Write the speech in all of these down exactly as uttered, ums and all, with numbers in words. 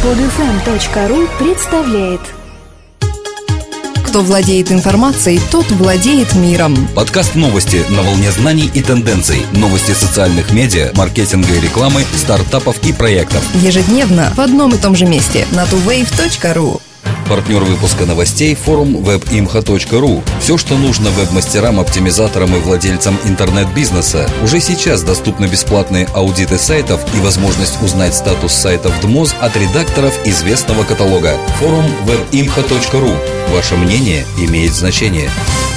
под эф эм точка ру представляет. Кто владеет информацией, тот владеет миром. Подкаст новости на волне знаний и тенденций. Новости социальных медиа, маркетинга и рекламы, стартапов и проектов. Ежедневно в одном и том же месте на ту вейв точка ру. Партнер выпуска новостей – форум веб имхо точка ру. Все, что нужно веб-мастерам, оптимизаторам и владельцам интернет-бизнеса. Уже сейчас доступны бесплатные аудиты сайтов и возможность узнать статус сайтов ДМОЗ от редакторов известного каталога. форум веб имхо точка ру. Ваше мнение имеет значение.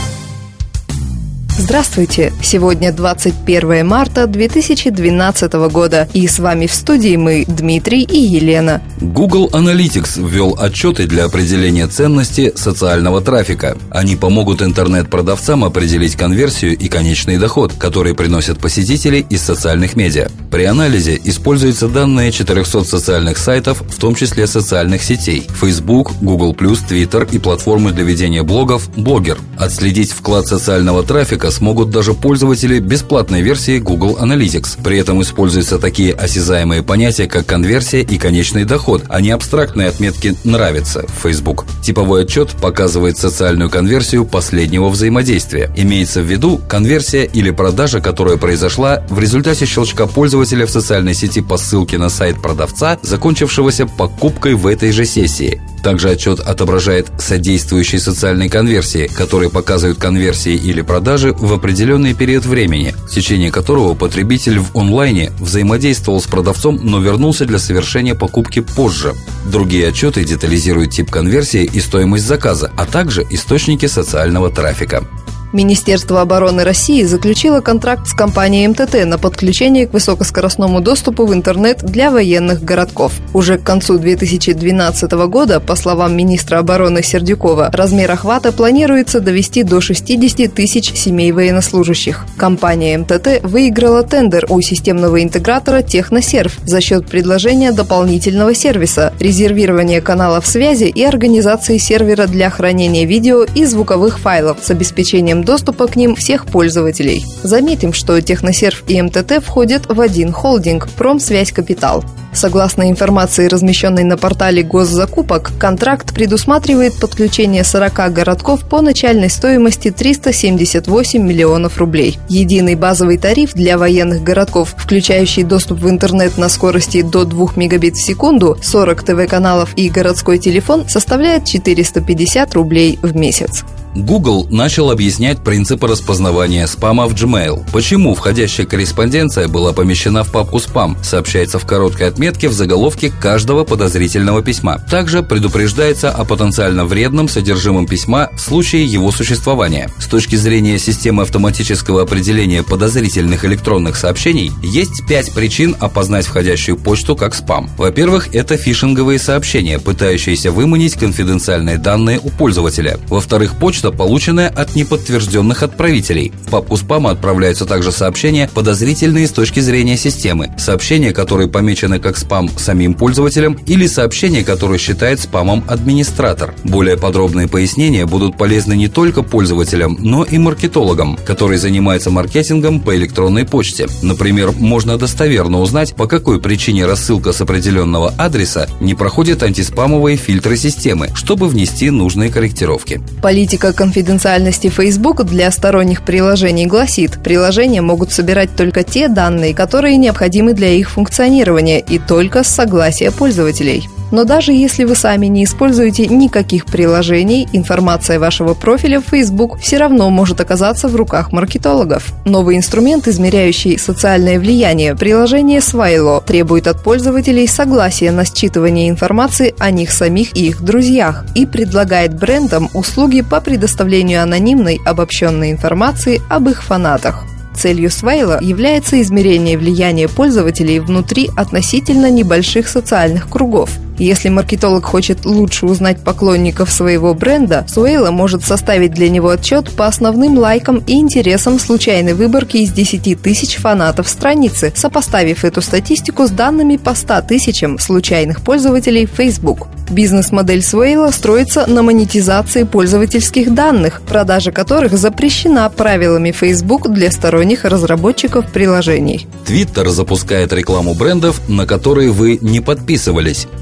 Здравствуйте! Сегодня двадцать первое марта две тысячи двенадцатого года, и с вами в студии мы, Дмитрий и Елена. Google Analytics ввел отчеты для определения ценности социального трафика. Они помогут интернет-продавцам определить конверсию и конечный доход, который приносят посетители из социальных медиа. При анализе используются данные четырехсот социальных сайтов, в том числе социальных сетей – Facebook, Google плюс, Twitter и платформы для ведения блогов Blogger. Отследить вклад социального трафика смогут даже пользователи бесплатной версии Google Analytics. При этом используются такие осязаемые понятия, как конверсия и конечный доход, а не абстрактные отметки «нравится» в Facebook. Типовой отчет показывает социальную конверсию последнего взаимодействия. Имеется в виду конверсия или продажа, которая произошла в результате щелчка пользователя в социальной сети по ссылке на сайт продавца, закончившегося покупкой в этой же сессии. Также отчет отображает содействующие социальной конверсии, которые показывают конверсии или продажи в определенный период времени, в течение которого потребитель в онлайне взаимодействовал с продавцом, но вернулся для совершения покупки позже. Другие отчеты детализируют тип конверсии и стоимость заказа, а также источники социального трафика. Министерство обороны России заключило контракт с компанией эм тэ тэ на подключение к высокоскоростному доступу в интернет для военных городков. Уже к концу две тысячи двенадцатого года, по словам министра обороны Сердюкова, размер охвата планируется довести до шестидесяти тысяч семей военнослужащих. Компания эм тэ тэ выиграла тендер у системного интегратора Техносерв за счет предложения дополнительного сервиса, резервирования каналов связи и организации сервера для хранения видео и звуковых файлов с обеспечением доступа к ним всех пользователей. Заметим, что Техносерв и эм тэ тэ входят в один холдинг – Промсвязь Капитал. Согласно информации, размещенной на портале госзакупок, контракт предусматривает подключение сорока городков по начальной стоимости триста семьдесят восемь миллионов рублей. Единый базовый тариф для военных городков, включающий доступ в интернет на скорости до двух мегабит в секунду, сорок тэ вэ-каналов и городской телефон, составляет четыреста пятьдесят рублей в месяц. Google начал объяснять принципы распознавания спама в Gmail. Почему входящая корреспонденция была помещена в папку «Спам», сообщается в короткой отметке в заголовке каждого подозрительного письма. Также предупреждается о потенциально вредном содержимом письма в случае его существования. С точки зрения системы автоматического определения подозрительных электронных сообщений, есть пять причин опознать входящую почту как спам. Во-первых, это фишинговые сообщения, пытающиеся выманить конфиденциальные данные у пользователя. Во-вторых, почта, полученная от неподтвержденных отправителей. В папку спама отправляются также сообщения, подозрительные с точки зрения системы, сообщения, которые помечены как спам самим пользователем, или сообщения, которые считает спамом администратор. Более подробные пояснения будут полезны не только пользователям, но и маркетологам, которые занимаются маркетингом по электронной почте. Например, можно достоверно узнать, по какой причине рассылка с определенного адреса не проходит антиспамовые фильтры системы, чтобы внести нужные корректировки. Политика конфиденциальности Facebook для сторонних приложений гласит: приложения могут собирать только те данные, которые необходимы для их функционирования, и только с согласия пользователей. Но даже если вы сами не используете никаких приложений, информация вашего профиля в Facebook все равно может оказаться в руках маркетологов. Новый инструмент, измеряющий социальное влияние, приложение Swaylo, требует от пользователей согласия на считывание информации о них самих и их друзьях и предлагает брендам услуги по предоставлению анонимной обобщенной информации об их фанатах. Целью Swaylo является измерение влияния пользователей внутри относительно небольших социальных кругов. Если маркетолог хочет лучше узнать поклонников своего бренда, Swaylo может составить для него отчет по основным лайкам и интересам случайной выборки из десяти тысяч фанатов страницы, сопоставив эту статистику с данными по ста тысячам случайных пользователей Facebook. Бизнес-модель Swaylo строится на монетизации пользовательских данных, продажа которых запрещена правилами Facebook для сторонних разработчиков приложений. Twitter запускает рекламу брендов, на которые вы не подписывались.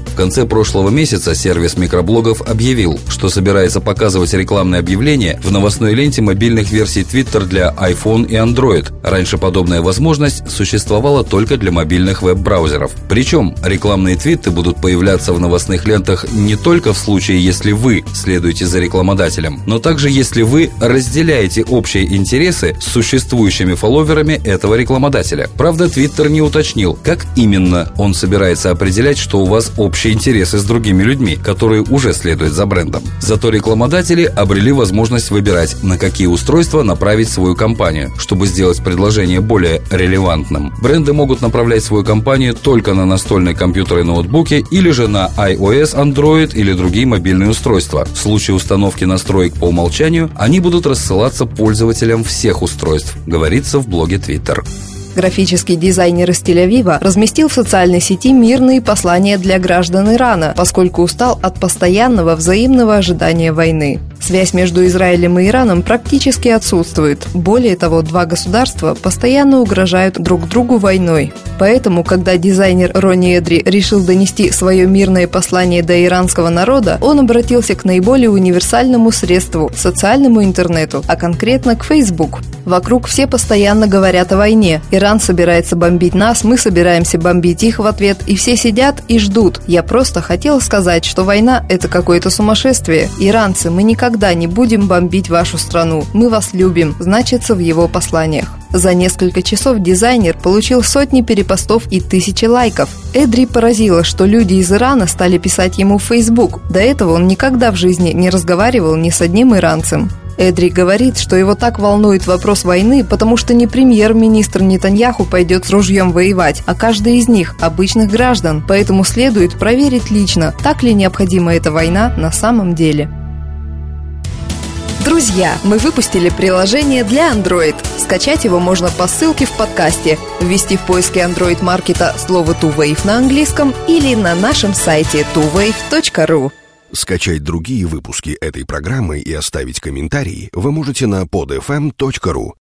В конце прошлого месяца сервис микроблогов объявил, что собирается показывать рекламные объявления в новостной ленте мобильных версий Twitter для iPhone и Android. Раньше подобная возможность существовала только для мобильных веб-браузеров. Причем рекламные твиты будут появляться в новостных лентах не только в случае, если вы следуете за рекламодателем, но также если вы разделяете общие интересы с существующими фолловерами этого рекламодателя. Правда, Twitter не уточнил, как именно он собирается определять, что у вас общие интересы с другими людьми, которые уже следуют за брендом. Зато рекламодатели обрели возможность выбирать, на какие устройства направить свою кампанию, чтобы сделать предложение более релевантным. Бренды могут направлять свою кампанию только на настольные компьютеры и ноутбуки или же на iOS, Android или другие мобильные устройства. В случае установки настроек по умолчанию они будут рассылаться пользователям всех устройств, говорится в блоге Twitter. Графический дизайнер из Тель-Авива разместил в социальной сети мирные послания для граждан Ирана, поскольку устал от постоянного взаимного ожидания войны. Связь между Израилем и Ираном практически отсутствует. Более того, два государства постоянно угрожают друг другу войной. Поэтому, когда дизайнер Ронни Эдри решил донести свое мирное послание до иранского народа, он обратился к наиболее универсальному средству – социальному интернету, а конкретно к Facebook. Вокруг все постоянно говорят о войне. Иран собирается бомбить нас, мы собираемся бомбить их в ответ, и все сидят и ждут. Я просто хотела сказать, что война – это какое-то сумасшествие. Иранцы, мы никогда не будем бомбить вашу страну. Мы вас любим, значится в его посланиях. За несколько часов дизайнер получил сотни перепостов и тысячи лайков. Эдри поразило, что люди из Ирана стали писать ему в Facebook. До этого он никогда в жизни не разговаривал ни с одним иранцем. Эдри говорит, что его так волнует вопрос войны, потому что не премьер-министр Нетаньяху пойдет с ружьем воевать, а каждый из них – обычных граждан. Поэтому следует проверить лично, так ли необходима эта война на самом деле. Друзья, мы выпустили приложение для Android. Скачать его можно по ссылке в подкасте, ввести в поиске Android-маркета слово two-wave на английском или на нашем сайте two wave точка ru. Скачать другие выпуски этой программы и оставить комментарии вы можете на pod f m точка ru.